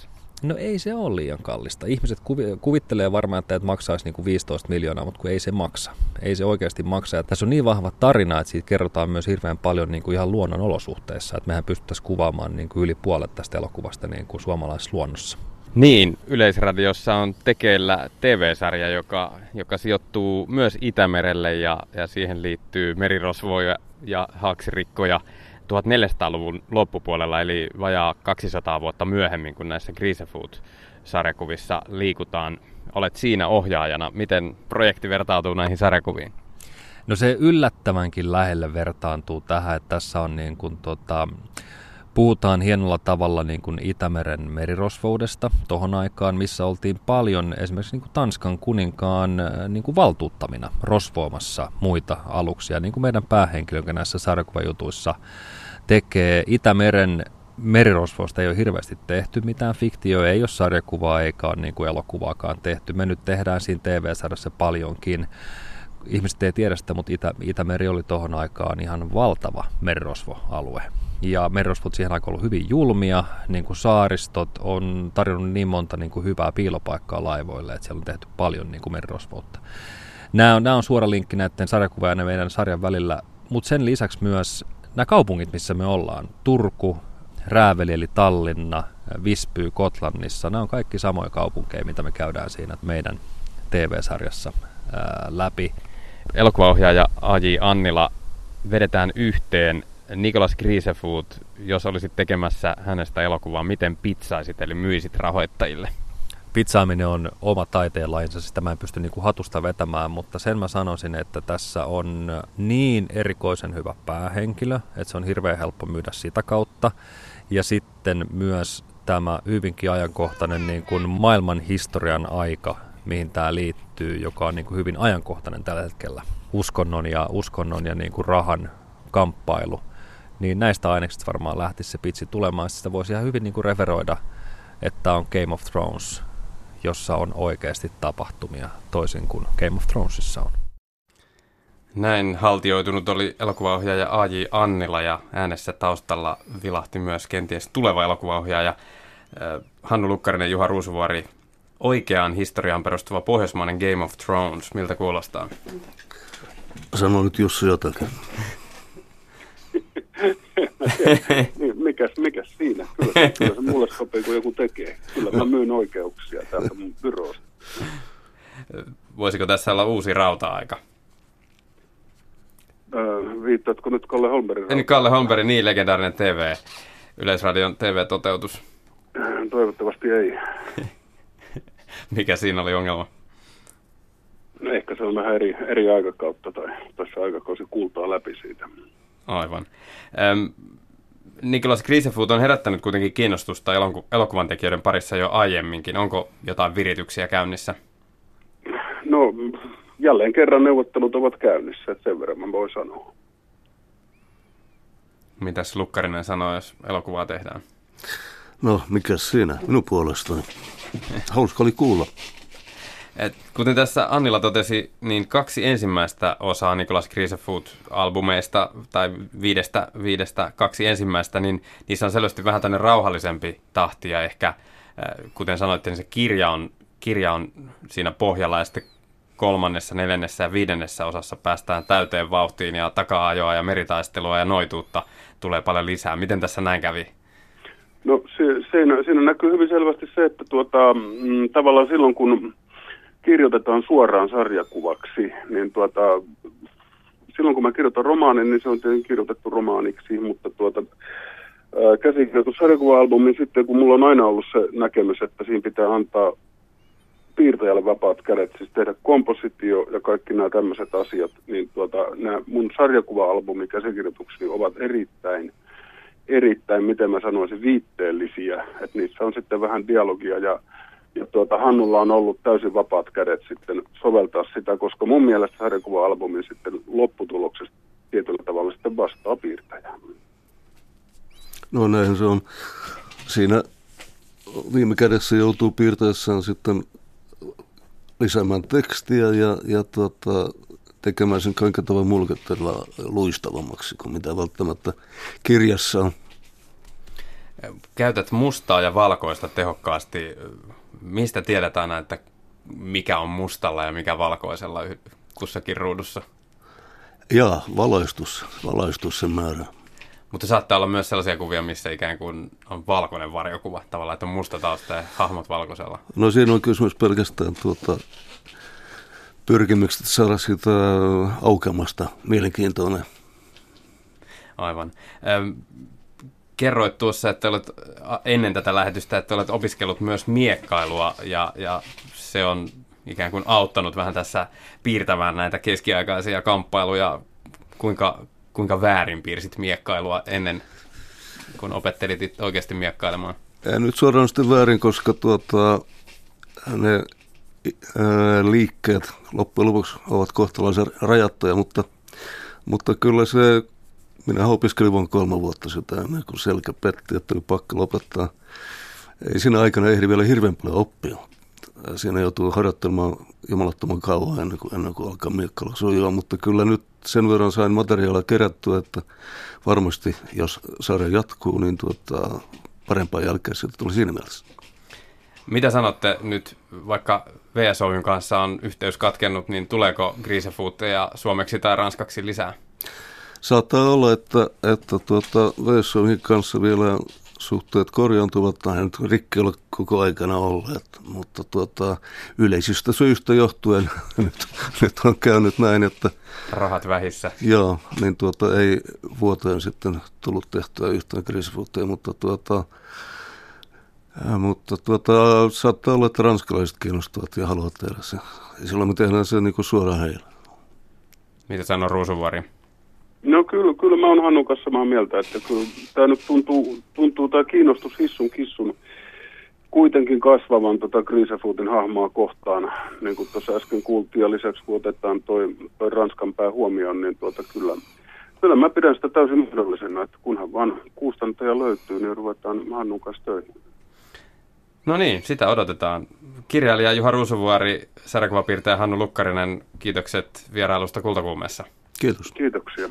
No ei se ole liian kallista. Ihmiset kuvi- kuvittelee varmaan, että et maksaisi niinku viisitoista miljoonaa, mutta kun ei se maksa. Ei se oikeasti maksa. Ja tässä on niin vahva tarina, että siitä kerrotaan myös hirveän paljon niinku ihan luonnon olosuhteissa. Että mehän pystyttäisiin kuvaamaan niinku yli puolet tästä elokuvasta niinku suomalaisessa luonnossa. Niin, Yleisradiossa on tekeillä T V-sarja, joka, joka sijoittuu myös Itämerelle ja, ja siihen liittyy merirosvoja ja haaksirikkoja tuhatneljäsataaluvun loppupuolella, eli vajaa kaksisataa vuotta myöhemmin, kun näissä Grisefood-sarjakuvissa liikutaan. Olet siinä ohjaajana. Miten projekti vertautuu näihin sarjakuviin? No se yllättävänkin lähelle vertaantuu tähän, että tässä on niin kuin tota, puhutaan hienolla tavalla niin kuin Itämeren merirosvoudesta tohon aikaan, missä oltiin paljon esimerkiksi niin kuin Tanskan kuninkaan niin kuin valtuuttamina rosvoamassa muita aluksia, niin kuin meidän päähenkilö, joka näissä sarjakuvajutuissa tekee. Itämeren merirosvoista ei ole hirveästi tehty mitään fiktioa, ei ole sarjakuvaa eikä ole niin kuin elokuvaakaan tehty. Me nyt tehdään siinä T V-sarjassa paljonkin. Ihmiset ei tiedä sitä, mutta Itä, Itämeri oli tohon aikaan ihan valtava merirosvoalue. Ja merirosvot siihen aikaan ollut hyvin julmia, niin kuin saaristot on tarjonnut niin monta niin kuin hyvää piilopaikkaa laivoille, että siellä on tehty paljon niin kuin merirosvoutta. Nämä on, nämä on suora linkki näiden sarjakuvien ja meidän sarjan välillä, mutta sen lisäksi myös nämä kaupungit, missä me ollaan, Turku, Rääveli eli Tallinna, Visby Kotlannissa, nämä on kaikki samoja kaupunkeja, mitä me käydään siinä meidän T V-sarjassa ää, läpi. Elokuvaohjaaja A J Annila, vedetään yhteen. Nicolas Grisefood, jos olisit tekemässä hänestä elokuvaa, miten pizzaisit eli myisit rahoittajille? Pizzaaminen on oma taiteenlajinsa, sitä mä en pysty niinku hatusta vetämään, mutta sen mä sanoisin, että tässä on niin erikoisen hyvä päähenkilö, että se on hirveän helppo myydä sitä kautta. Ja sitten myös tämä hyvinkin ajankohtainen niin kuin maailman historian aika, mihin tämä liittyy, joka on niin kuin hyvin ajankohtainen tällä hetkellä. Uskonnon ja, uskonnon ja niin kuin rahan kamppailu. Niin näistä aineksista varmaan lähtisi se pitsi tulemaan. Sitä voisi ihan hyvin niin kuin referoida, että on Game of Thrones, jossa on oikeasti tapahtumia toisin kuin Game of Thronesissa on. Näin haltioitunut oli elokuvaohjaaja A J Annila ja äänessä taustalla vilahti myös kenties tuleva elokuvaohjaaja Hannu Lukkarinen, Juha Ruusuvuori. Oikeaan historiaan perustuva pohjoismainen Game of Thrones, miltä kuulostaa? Sano nyt Jussi jotakin. mikäs, mikäs siinä? Kyllä se, kyllä se mulle sopii, kun joku tekee. Kyllä mä myyn oikeuksia täältä mun byroosta. Voisiko tässä olla uusi rauta-aika? Öö, viittaatko nyt Kalle Holmbergin? En Kalle Holmbergin, niin legendaarinen T V, Yleisradion T V-toteutus. Toivottavasti ei. Mikä siinä oli ongelma? No ehkä se on vähän eri, eri aikakautta tai tässä aikakausi kuultaa läpi siitä. Aivan. Ähm, Nicolas Grisefood on herättänyt kuitenkin kiinnostusta eloku- elokuvan tekijöiden parissa jo aiemminkin. Onko jotain virityksiä käynnissä? No jälleen kerran neuvottelut ovat käynnissä, että sen verran mä voin sanoa. Mitäs Lukkarinen sanoo, jos elokuvaa tehdään? No, mikäs siinä? Minun puolestani. Hauska oli kuulla. Et, kuten tässä Annila totesi, niin kaksi ensimmäistä osaa Nicolas Grisefood-albumeista, tai viidestä, viidestä kaksi ensimmäistä, niin niissä on selvästi vähän tämmöinen rauhallisempi tahti, ja ehkä, kuten sanoitte, niin se kirja on, kirja on siinä pohjalla, ja sitten kolmannessa, neljännessä ja viidennessä osassa päästään täyteen vauhtiin, ja taka-ajoa ja meritaistelua ja noituutta tulee paljon lisää. Miten tässä näin kävi? No siinä, siinä näkyy hyvin selvästi se, että tuota, mm, tavallaan silloin kun kirjoitetaan suoraan sarjakuvaksi, niin tuota, silloin kun mä kirjoitan romaanin, niin se on tietenkin kirjoitettu romaaniksi, mutta tuota, ää, käsikirjoitus sarjakuva-albumi sitten, kun mulla on aina ollut se näkemys, että siinä pitää antaa piirtäjälle vapaat kädet, siis tehdä kompositio ja kaikki nämä tämmöiset asiat, niin tuota, nämä mun sarjakuva-albumin käsikirjoitukseni ovat erittäin erittäin, miten mä sanoisin, viitteellisiä, että niissä on sitten vähän dialogia ja, ja tuota, Hannulla on ollut täysin vapaat kädet sitten soveltaa sitä, koska mun mielestä sarjakuva-albumin sitten lopputuloksesta tietyllä tavalla sitten vastaa piirtäjää. No näinhän se on. Siinä viime kädessä joutuu piirtäessään sitten lisäämään tekstiä ja, ja tuota, tekemään sen kaiken tavan mulketella luistavammaksi kuin mitä välttämättä kirjassa on. Käytät mustaa ja valkoista tehokkaasti. Mistä tiedetään, että mikä on mustalla ja mikä valkoisella kussakin ruudussa? Jaa, valaistus, valaistus sen määrä. Mutta saattaa olla myös sellaisia kuvia, missä ikään kuin on valkoinen varjokuva, tavallaan, että on musta tausta ja hahmot valkoisella. No siinä on kysymys pelkästään tuota, pyrkimyksestä saada sitä aukeamasta mielenkiintoinen. Aivan. Kerroit tuossa, että olet ennen tätä lähetystä, että olet opiskellut myös miekkailua ja, ja se on ikään kuin auttanut vähän tässä piirtämään näitä keskiaikaisia kamppailuja. Kuinka, kuinka väärin piirsit miekkailua ennen, kun opettelit oikeasti miekkailemaan? Ja nyt suoraan sitten väärin, koska tuota, ne ää, liikkeet loppujen lopuksi ovat kohtalaisen rajattuja, mutta, mutta kyllä se, minä opiskelin vain kolme vuotta sitä ennen kuin selkä petti, että oli pakko lopettaa. Ei siinä aikana ehdi vielä hirveän paljon oppia. Siinä joutuu harjoittelemaan jumalattoman kauan ennen kuin, ennen kuin alkaa miekkailla sujua, mutta kyllä nyt sen verran sain materiaalia kerättyä, että varmasti jos sarja jatkuu, niin tuota, parempaa jälkeen siitä tuli siinä mielessä. Mitä sanotte nyt, vaikka V S Oy:n kanssa on yhteys katkennut, niin tuleeko Grisefootteja suomeksi tai ranskaksi lisää? Saattaa olla, että, että tuota, V S Oy:n kanssa vielä suhteet korjaantuvat, tai nyt rikki olla koko aikana olleet, mutta tuota, yleisistä syistä johtuen nyt, nyt on käynyt näin, että rahat vähissä. Joo, niin tuota, ei vuoteen sitten tullut tehtyä yhtään Grisefootteja, mutta tuota, ää, mutta tuota, saattaa olla, että ranskalaiset kiinnostuvat ja haluavat tehdä se. Ja silloin me tehdään se niin kuin suoraan heille. Mitä sanoo Ruusuvuori? No kyllä, kyllä mä oon Hannun kanssa samaa mieltä, että kyllä tämä nyt tuntuu, tuntuu tämä kiinnostus hissun kissun kuitenkin kasvavan tota Grisefootin hahmoa kohtaan, niin kuin tuossa äsken kuultiin, ja lisäksi kun otetaan toi, toi Ranskan pää huomioon, niin tuota kyllä, kyllä mä pidän sitä täysin mahdollisena, että kunhan vaan kustantaja löytyy, niin ruvetaan Hannun kanssa töihin. No niin, sitä odotetaan. Kirjailija Juha Ruusuvuori, sarjakuvapiirtäjä Hannu Lukkarinen, kiitokset vierailusta Kultakuumeessa. Kiitos. Kiitoksia.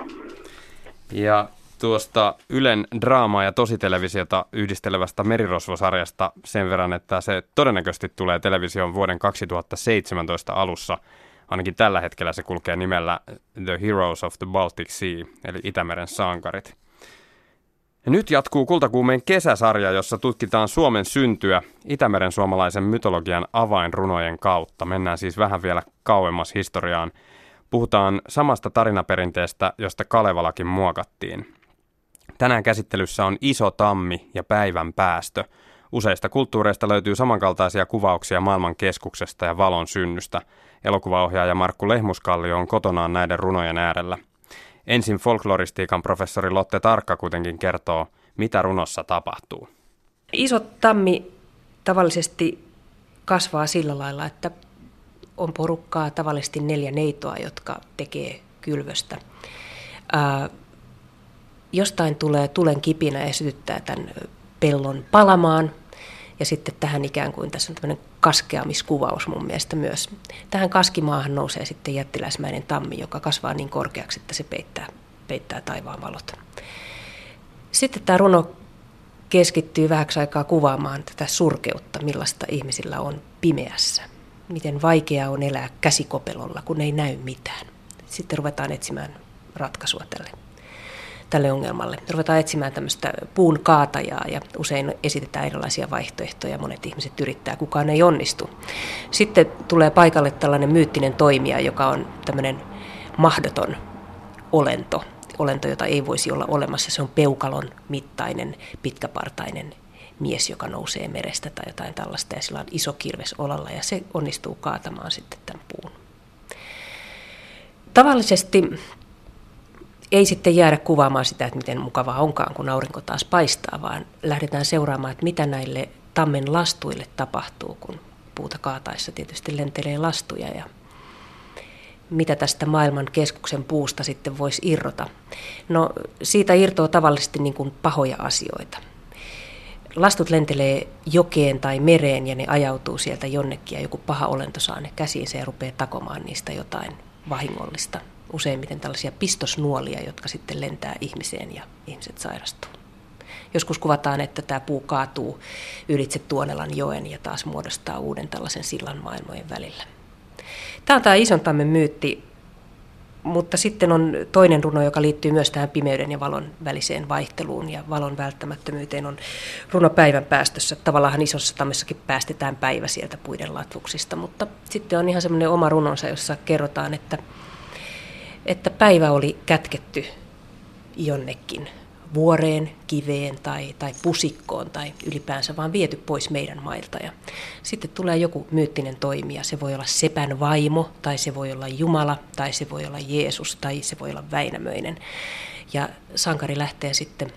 Ja tuosta Ylen draamaa ja tositelevisiota yhdistelevästä Merirosvo-sarjasta sen verran, että se todennäköisesti tulee televisioon vuoden kaksituhattaseitsemäntoista alussa. Ainakin tällä hetkellä se kulkee nimellä The Heroes of the Baltic Sea, eli Itämeren sankarit. Ja nyt jatkuu Kultakuumeen kesäsarja, jossa tutkitaan Suomen syntyä Itämeren suomalaisen mytologian avainrunojen kautta. Mennään siis vähän vielä kauemmas historiaan. Puhutaan samasta tarinaperinteestä, josta Kalevalakin muokattiin. Tänään käsittelyssä on Iso tammi ja päivän päästö. Useista kulttuureista löytyy samankaltaisia kuvauksia maailman keskuksesta ja valon synnystä. Elokuvaohjaaja Markku Lehmuskallio on kotonaan näiden runojen äärellä. Ensin folkloristiikan professori Lotte Tarkka kuitenkin kertoo, mitä runossa tapahtuu. Iso tammi tavallisesti kasvaa sillä lailla, että on porukkaa, tavallisesti neljä neitoa, jotka tekee kylvöstä. Ää, jostain tulee tulen kipinä ja sytyttää tämän pellon palamaan. Ja sitten tähän ikään kuin, tässä on tämmöinen kaskeamiskuvaus mun mielestä myös. Tähän kaskimaahan nousee sitten jättiläismäinen tammi, joka kasvaa niin korkeaksi, että se peittää, peittää taivaan valot. Sitten tämä runo keskittyy vähäksi aikaa kuvaamaan tätä surkeutta, millaista ihmisillä on pimeässä. Miten vaikeaa on elää käsikopelolla, kun ei näy mitään. Sitten ruvetaan etsimään ratkaisua tälle, tälle ongelmalle. Ruvetaan etsimään tämmöistä puun kaatajaa ja usein esitetään erilaisia vaihtoehtoja. Monet ihmiset yrittää, kukaan ei onnistu. Sitten tulee paikalle tällainen myyttinen toimija, joka on tämmöinen mahdoton olento. Olento, jota ei voisi olla olemassa. Se on peukalon mittainen, pitkäpartainen mies, joka nousee merestä tai jotain tällaista, ja sillä on iso kirves olalla, ja se onnistuu kaatamaan sitten tämän puun. Tavallisesti ei sitten jäädä kuvaamaan sitä, että miten mukavaa onkaan, kun aurinko taas paistaa, vaan lähdetään seuraamaan, että mitä näille tammen lastuille tapahtuu, kun puuta kaataessa tietysti lentelee lastuja, ja mitä tästä maailman keskuksen puusta sitten voisi irrota. No, siitä irtoaa tavallisesti niin kuin pahoja asioita. Lastut lentelee jokeen tai mereen ja ne ajautuu sieltä jonnekin ja joku paha olento saa ne käsiinsä ja rupeaa takomaan niistä jotain vahingollista. Useimmiten tällaisia pistosnuolia, jotka sitten lentää ihmiseen ja ihmiset sairastuu. Joskus kuvataan, että tämä puu kaatuu ylitse Tuonelan joen ja taas muodostaa uuden tällaisen sillan maailmojen välillä. Tämä on tämä Isontammen myytti, mutta sitten on toinen runo, joka liittyy myös tähän pimeyden ja valon väliseen vaihteluun ja valon välttämättömyyteen, on runo päivän päästössä. Tavallaan Isossa tammessakin päästetään päivä sieltä puiden latvuksista, mutta sitten on ihan semmoinen oma runonsa, jossa kerrotaan, että, että päivä oli kätketty jonnekin vuoreen, kiveen tai, tai pusikkoon tai ylipäänsä vaan viety pois meidän mailta. Ja sitten tulee joku myyttinen toimija. Se voi olla sepän vaimo tai se voi olla Jumala tai se voi olla Jeesus tai se voi olla Väinämöinen. Ja sankari lähtee sitten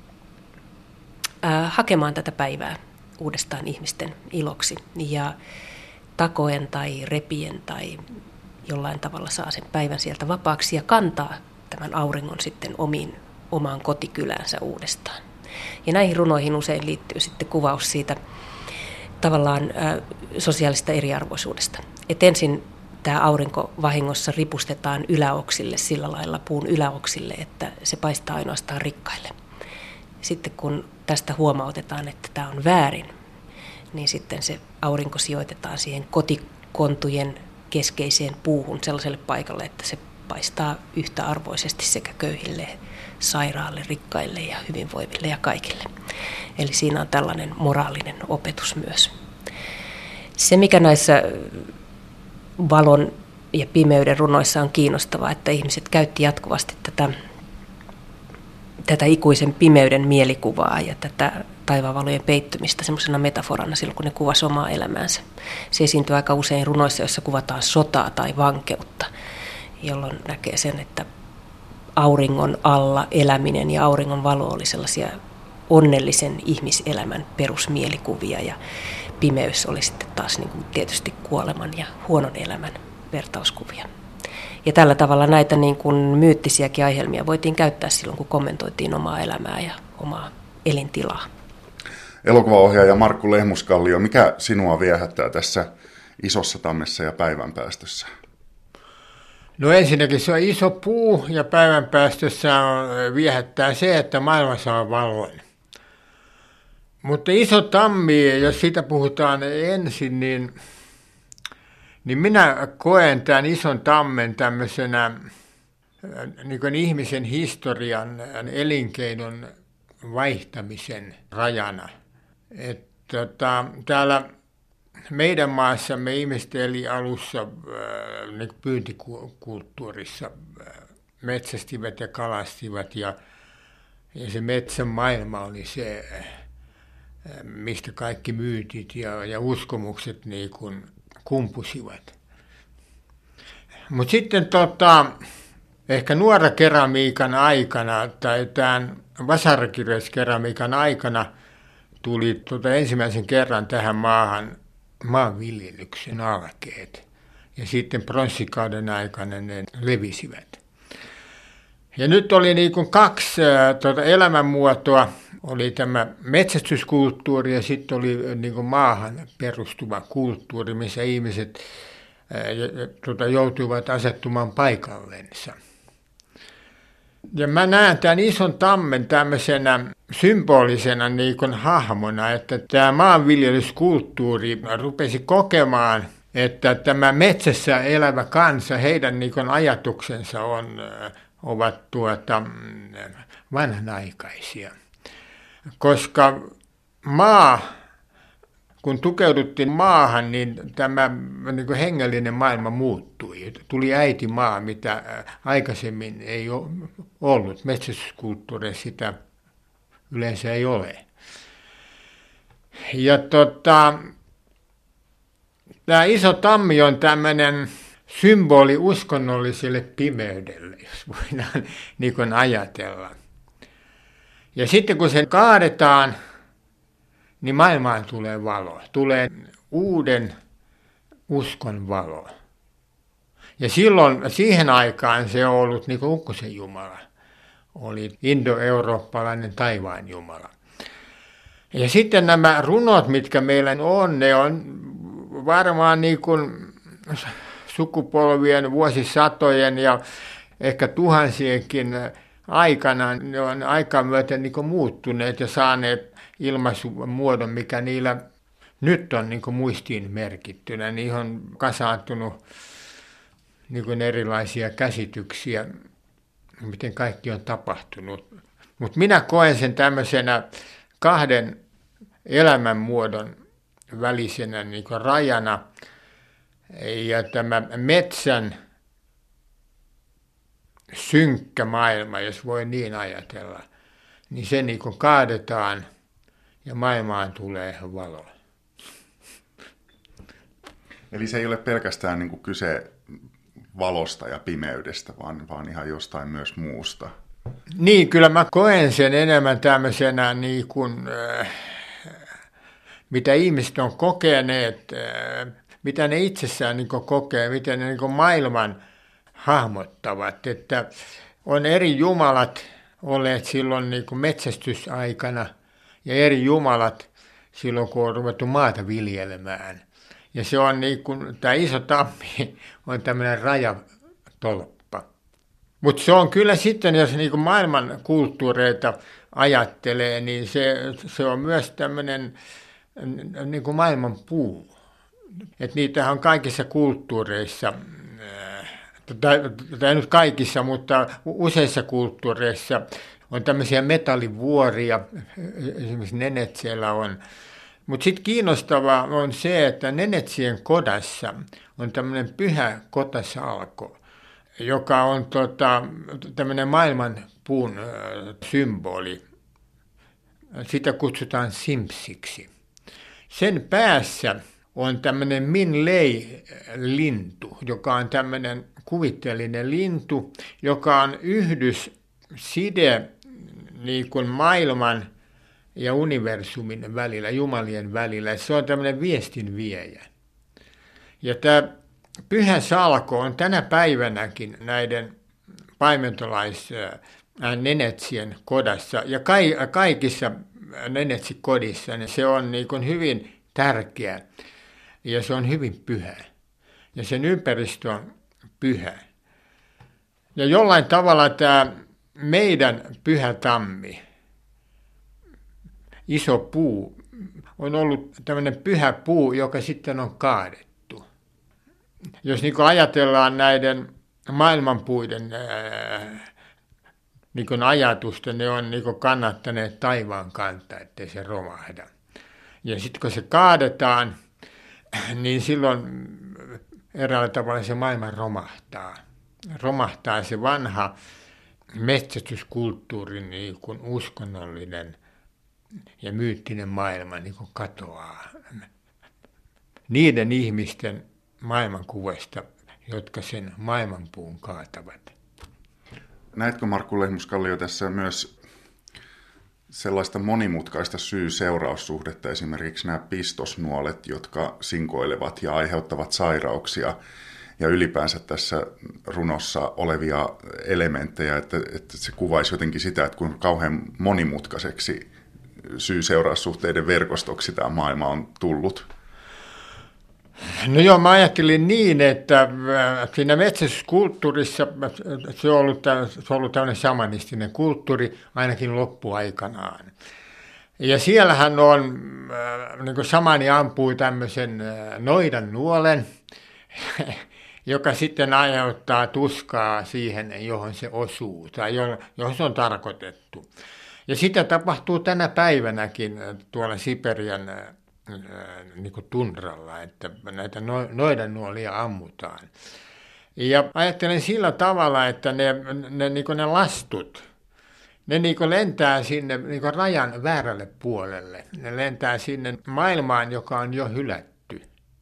ää, hakemaan tätä päivää uudestaan ihmisten iloksi ja takoen tai repien tai jollain tavalla saa sen päivän sieltä vapaaksi ja kantaa tämän auringon sitten omiin omaan kotikyläänsä uudestaan. Ja näihin runoihin usein liittyy sitten kuvaus siitä tavallaan ä, sosiaalista eriarvoisuudesta. Et ensin tämä aurinko vahingossa ripustetaan yläoksille sillä lailla puun yläoksille, että se paistaa ainoastaan rikkaille. Sitten kun tästä huomautetaan, että tämä on väärin, niin sitten se aurinko sijoitetaan siihen kotikontujen keskeiseen puuhun sellaiselle paikalle, että se paistaa yhtä arvoisesti sekä köyhille, sairaalle, rikkaille ja hyvinvoiville ja kaikille. Eli siinä on tällainen moraalinen opetus myös. Se, mikä näissä valon ja pimeyden runoissa on kiinnostavaa, että ihmiset käytti jatkuvasti tätä, tätä ikuisen pimeyden mielikuvaa ja tätä taivaanvalojen peittymistä semmoisena metaforana silloin, kun ne kuvasi omaa elämäänsä. Se esiintyy aika usein runoissa, joissa kuvataan sotaa tai vankeutta, jolloin näkee sen, että auringon alla eläminen ja auringon valo oli sellaisia onnellisen ihmiselämän perusmielikuvia ja pimeys oli sitten taas niin kuin tietysti kuoleman ja huonon elämän vertauskuvia. Ja tällä tavalla näitä niin kuin myyttisiäkin aihelmia voitiin käyttää silloin, kun kommentoitiin omaa elämää ja omaa elintilaa. Elokuvaohjaaja Markku Lehmuskallio, mikä sinua viehättää tässä Isossa tammessa ja päivän päästössä? No ensinnäkin se on iso puu ja päivän päästössä on, viehättää se, että maailma saa valon. Mutta iso tammi, jos siitä puhutaan ensin, niin, niin minä koen tämän ison tammen tämmöisenä niin kuin ihmisen historian, elinkeinon vaihtamisen rajana. Et, tota, täällä meidän maassamme ihmiset eli alussa äh, niin pyyntikulttuurissa äh, metsästivät ja kalastivat ja, ja se metsän maailma oli se, äh, mistä kaikki myytit ja, ja uskomukset niin kuin kumpusivat. Mutta sitten tota, ehkä nuorakeramiikan aikana tai tämän vasarakirjoiskeramiikan aikana tuli tota ensimmäisen kerran tähän maahan maanviljelyksen alkeet. Ja sitten pronssikauden aikana ne levisivät. Ja nyt oli niin kuin kaksi äh, tuota elämänmuotoa. Oli tämä metsästyskulttuuri ja sitten oli niin kuin maahan perustuva kulttuuri, missä ihmiset äh, tuota, joutuivat asettumaan paikallensa. Ja mä näen tämän ison tammen tämmöisenä symbolisena niin kuin hahmona, että tämä maanviljelyskulttuuri rupesi kokemaan, että tämä metsässä elävä kansa, heidän niin kuin ajatuksensa on, ovat tuota, vanhanaikaisia. Koska maa, kun tukeuduttiin maahan, niin tämä niin kuin hengellinen maailma muuttui. Tuli äitimaa, mitä aikaisemmin ei ole ollut. Metsästyskulttuuria sitä yleensä ei ole. Ja tota, tämä iso tammi on tämmöinen symboli uskonnolliselle pimeydelle, jos voidaan niin kuin ajatella. Ja sitten kun se kaadetaan, niin maailmaan tulee valo. Tulee uuden uskon valo. Ja silloin, siihen aikaan se on ollut niin kuin ukkosen jumala. Oli indo-eurooppalainen taivaan jumala. Ja sitten nämä runot, mitkä meillä on, ne on varmaan niin kuin sukupolvien, vuosisatojen ja ehkä tuhansienkin aikana ne on aikaa myöten niin kuin muuttuneet ja saaneet ilmaisumuodon, mikä niillä nyt on niin kuin muistiin merkittynä. Niihin on kasaantunut niin kuin erilaisia käsityksiä, miten kaikki on tapahtunut. Mutta minä koen sen tämmöisenä kahden elämänmuodon välisenä niin kuin rajana. Ja tämä metsän synkkä maailma, jos voi niin ajatella, niin se niin kuin kaadetaan ja maailmaan tulee valo. Eli se ei ole pelkästään niin kuin kyse valosta ja pimeydestä, vaan, vaan ihan jostain myös muusta. Niin, kyllä mä koen sen enemmän tämmöisenä, niin kuin, äh, mitä ihmiset on kokeneet, äh, mitä ne itsessään niin kuin kokee, miten ne niin kuin maailman hahmottavat. Että on eri jumalat olleet silloin niin kuin metsästysaikana ja eri jumalat silloin, kun on ruvettu maata viljelemään. Ja se on niin kuin, tämä iso tammi on tämmöinen rajatolppa. Mutta se on kyllä sitten, jos niin kuin maailman kulttuureita ajattelee, niin se, se on myös tämmöinen niin kuin maailman puu. Että niitähän on kaikissa kulttuureissa, tai, tai nyt kaikissa, mutta useissa kulttuureissa on tämmöisiä metallivuoria, esimerkiksi Nenetsiellä on. Mutta sitten kiinnostavaa on se, että Nenetsien kodassa on tämmöinen pyhä kotasalko, joka on tota, tämmöinen maailman puun ö, symboli. Sitä kutsutaan Simsiksi. Sen päässä on tämmöinen Minlei-lintu, joka on tämmöinen kuvitteellinen lintu, joka on yhdysside niin kuin maailman ja universumin välillä, jumalien välillä. Se on tämmöinen viestinviejä. Ja tämä pyhä salko on tänä päivänäkin näiden paimentolais-nenetsien kodassa ja kaikissa nenetsikodissa, niin se on niin kuin hyvin tärkeä ja se on hyvin pyhä. Ja sen ympäristö on pyhä. Ja jollain tavalla tämä meidän pyhä tammi, iso puu, on ollut tämmöinen pyhä puu, joka sitten on kaadettu. Jos niin kuin ajatellaan näiden maailmanpuiden ää, niin kuin ajatusta, ne on niin kuin kannattaneet taivaan kantaa, ettei se romahda. Ja sitten kun se kaadetaan, niin silloin eräällä tavalla se maailma romahtaa. Romahtaa se vanha metsästyskulttuuri, niin kuin uskonnollinen ja myyttinen maailma niin kuin katoaa. Niiden ihmisten maailmankuvasta, jotka sen maailmanpuun kaatavat. Näetkö, Markku Lehmuskallio, tässä myös sellaista monimutkaista syy-seuraussuhdetta, esimerkiksi nämä pistosnuolet, jotka sinkoilevat ja aiheuttavat sairauksia, ja ylipäänsä tässä runossa olevia elementtejä, että, että se kuvaisi jotenkin sitä, että kuinka kauhean monimutkaiseksi syy-seuraussuhteiden verkostoksi tämä maailma on tullut. No joo, mä ajattelin niin, että siinä metsästyskulttuurissa se on ollut, se on ollut tämmöinen shamanistinen kulttuuri ainakin loppuaikanaan. Ja siellähän on, niin kuin shamani ampuu tämmöisen noidan nuolen, joka sitten aiheuttaa tuskaa siihen, johon se osuu tai johon se on tarkoitettu. Ja sitä tapahtuu tänä päivänäkin tuolla Siperian niin kuin tundralla, että näitä noidannuolia ammutaan. Ja ajattelen sillä tavalla, että ne, ne, niin kuin ne lastut, ne niin kuin lentää sinne niin kuin rajan väärälle puolelle. Ne lentää sinne maailmaan, joka on jo hylätty.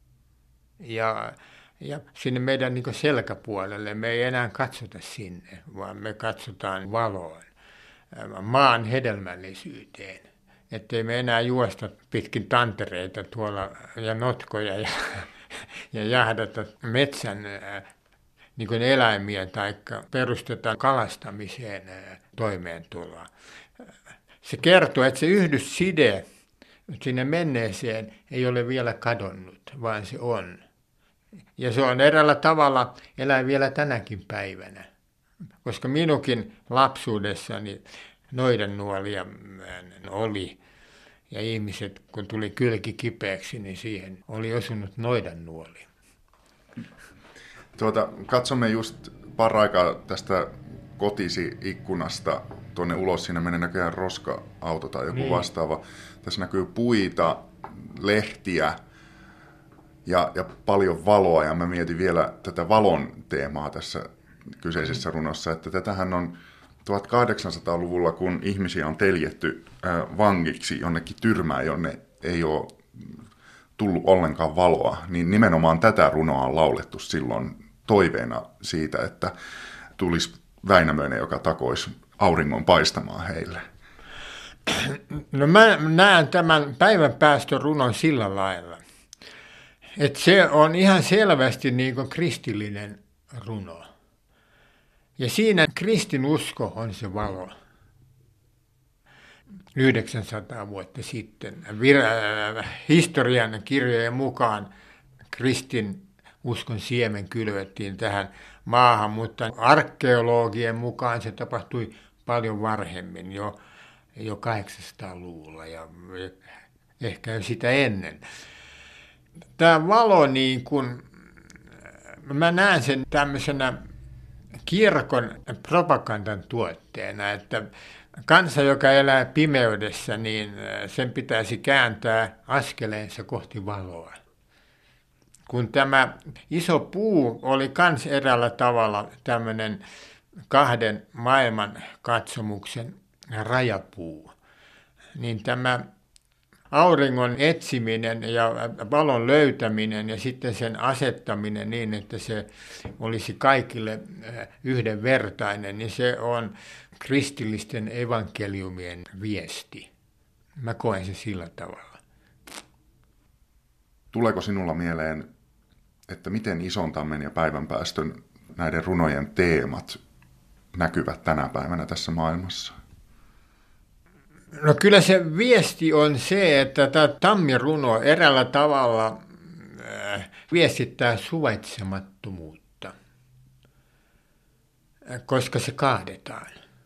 Ja, ja sinne meidän niin kuin selkäpuolelle. Me ei enää katsota sinne, vaan me katsotaan valoon, maan hedelmällisyyteen. Että ei me enää juosta pitkin tantereita tuolla ja notkoja ja, ja jahdata metsän niin kuin eläimiä tai perustetaan kalastamiseen toimeentuloa. Se kertoo, että se yhdysside sinne menneeseen ei ole vielä kadonnut, vaan se on. Ja se on eräällä tavalla elää vielä tänäkin päivänä. koska minunkin lapsuudessani noidannuolia oli. Ja ihmiset, kun tuli kylki kipeäksi, niin siihen oli osunut noidannuoli. Tuota, katsomme just paraikaa tästä kotisi ikkunasta tuonne ulos. Siinä menee näköjään roska-auto tai joku niin. vastaava. Tässä näkyy puita, lehtiä ja, ja paljon valoa. Ja mä mietin vielä tätä valon teemaa tässä kyseisessä runossa, että tätähän on tuhatkahdeksansataaluvulla, kun ihmisiä on teljetty äh, vangiksi jonnekin tyrmään, jonne ei ole tullut ollenkaan valoa, niin nimenomaan tätä runoa on laulettu silloin toiveena siitä, että tulisi Väinämöinen, joka takoisi auringon paistamaan heille. No mä näen tämän päivän päästön runon sillä lailla, että se on ihan selvästi niin kuin kristillinen runo. Ja siinä kristinusko on se valo. yhdeksänsataa vuotta sitten vir- historian kirjojen mukaan kristin uskon siemen kylvettiin tähän maahan, mutta arkeologien mukaan se tapahtui paljon varhemmin, jo, jo kahdeksansataaluvulla ja ehkä jo sitä ennen. Tämä valo, niin kun, mä näen sen tämmöisenä kirkon propagandan tuotteena, että kansa, joka elää pimeydessä, niin sen pitäisi kääntää askeleensa kohti valoa. Kun tämä iso puu oli kans eräällä tavalla tämmöinen kahden maailman katsomuksen rajapuu, niin tämä auringon etsiminen ja valon löytäminen ja sitten sen asettaminen niin, että se olisi kaikille yhdenvertainen, niin se on kristillisten evankeliumien viesti. Mä koen se sillä tavalla. Tuleeko sinulla mieleen, että miten Isontammen ja Päivänpäästön näiden runojen teemat näkyvät tänä päivänä tässä maailmassa? No kyllä se viesti on se, että tämä tammiruno eräällä tavalla äh, viestittää suvaitsemattomuutta, koska se kaadetaan.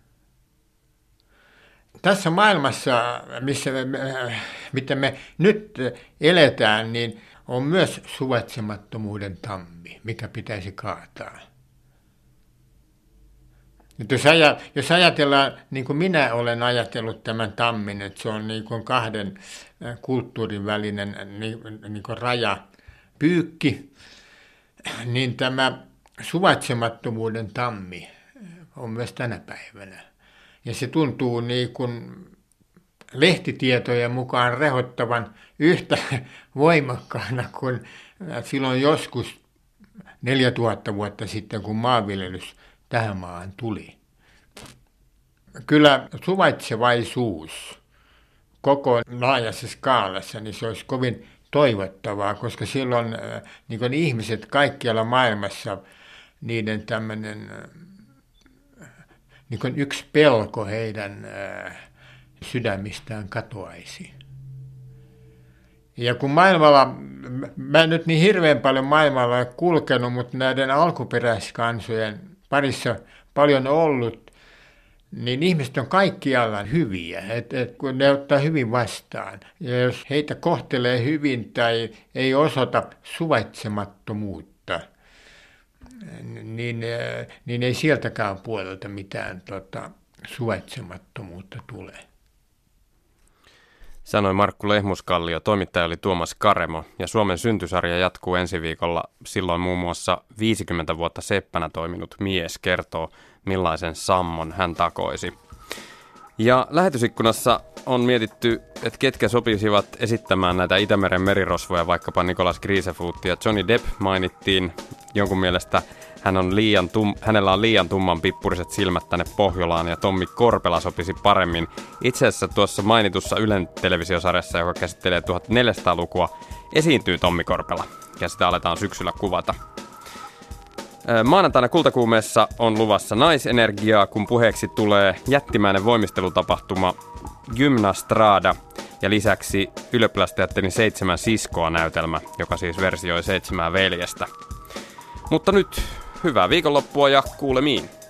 Tässä maailmassa, missä me, mitä me nyt eletään, niin on myös suvaitsemattomuuden tammi, mikä pitäisi kaataa. Jos, aj- jos ajatellaan, niin kuin minä olen ajatellut tämän tammin, että se on niin kuin kahden kulttuurin välinen niin, niin kuin rajapyykki, niin tämä suvaitsemattomuuden tammi on myös tänä päivänä. Ja se tuntuu niin kuin lehtitietojen mukaan rehottavan yhtä voimakkaana kuin silloin joskus neljätuhatta vuotta sitten, kun maanviljelys tähän maahan tuli. Kyllä suvaitsevaisuus koko laajassa skaalassa, niin se olisi kovin toivottavaa, koska silloin niin kuin ihmiset kaikkialla maailmassa, niiden tämmöinen niin kuin yksi pelko heidän sydämistään katoaisi. Ja kun maailmalla, mä en nyt niin hirveän paljon maailmalla kulkenut, mutta näiden alkuperäiskansojen parissa paljon ollut, niin ihmiset on kaikkialla hyviä, että et kun ne ottaa hyvin vastaan. Ja jos heitä kohtelee hyvin tai ei osoita suvaitsemattomuutta, niin, niin ei sieltäkään puolelta mitään tota, suvaitsemattomuutta tule. Sanoi Markku Lehmuskallio, toimittaja oli Tuomas Karemo ja Suomen syntysarja jatkuu ensi viikolla. Silloin muun muassa viisikymmentä vuotta seppänä toiminut mies kertoo, millaisen sammon hän takoisi. Ja lähetysikkunassa on mietitty, että ketkä sopisivat esittämään näitä Itämeren merirosvoja, vaikkapa Nicolas Grisefoot ja Johnny Depp mainittiin. Jonkun mielestä hän on liian tum, hänellä on liian tumman pippuriset silmät tänne Pohjolaan ja Tommi Korpela sopisi paremmin. Itse asiassa tuossa mainitussa Ylen televisiosarjassa, joka käsittelee tuhatneljäsataalukua, esiintyy Tommi Korpela ja sitä aletaan syksyllä kuvata. Maanantaina Kultakuumeessa on luvassa naisenergiaa, kun puheeksi tulee jättimäinen voimistelutapahtuma Gymnastrada ja lisäksi Ylioppilasteatterin Seitsemän siskoa -näytelmä, joka siis versioi Seitsemää veljestä. Mutta nyt hyvää viikonloppua ja kuulemiin!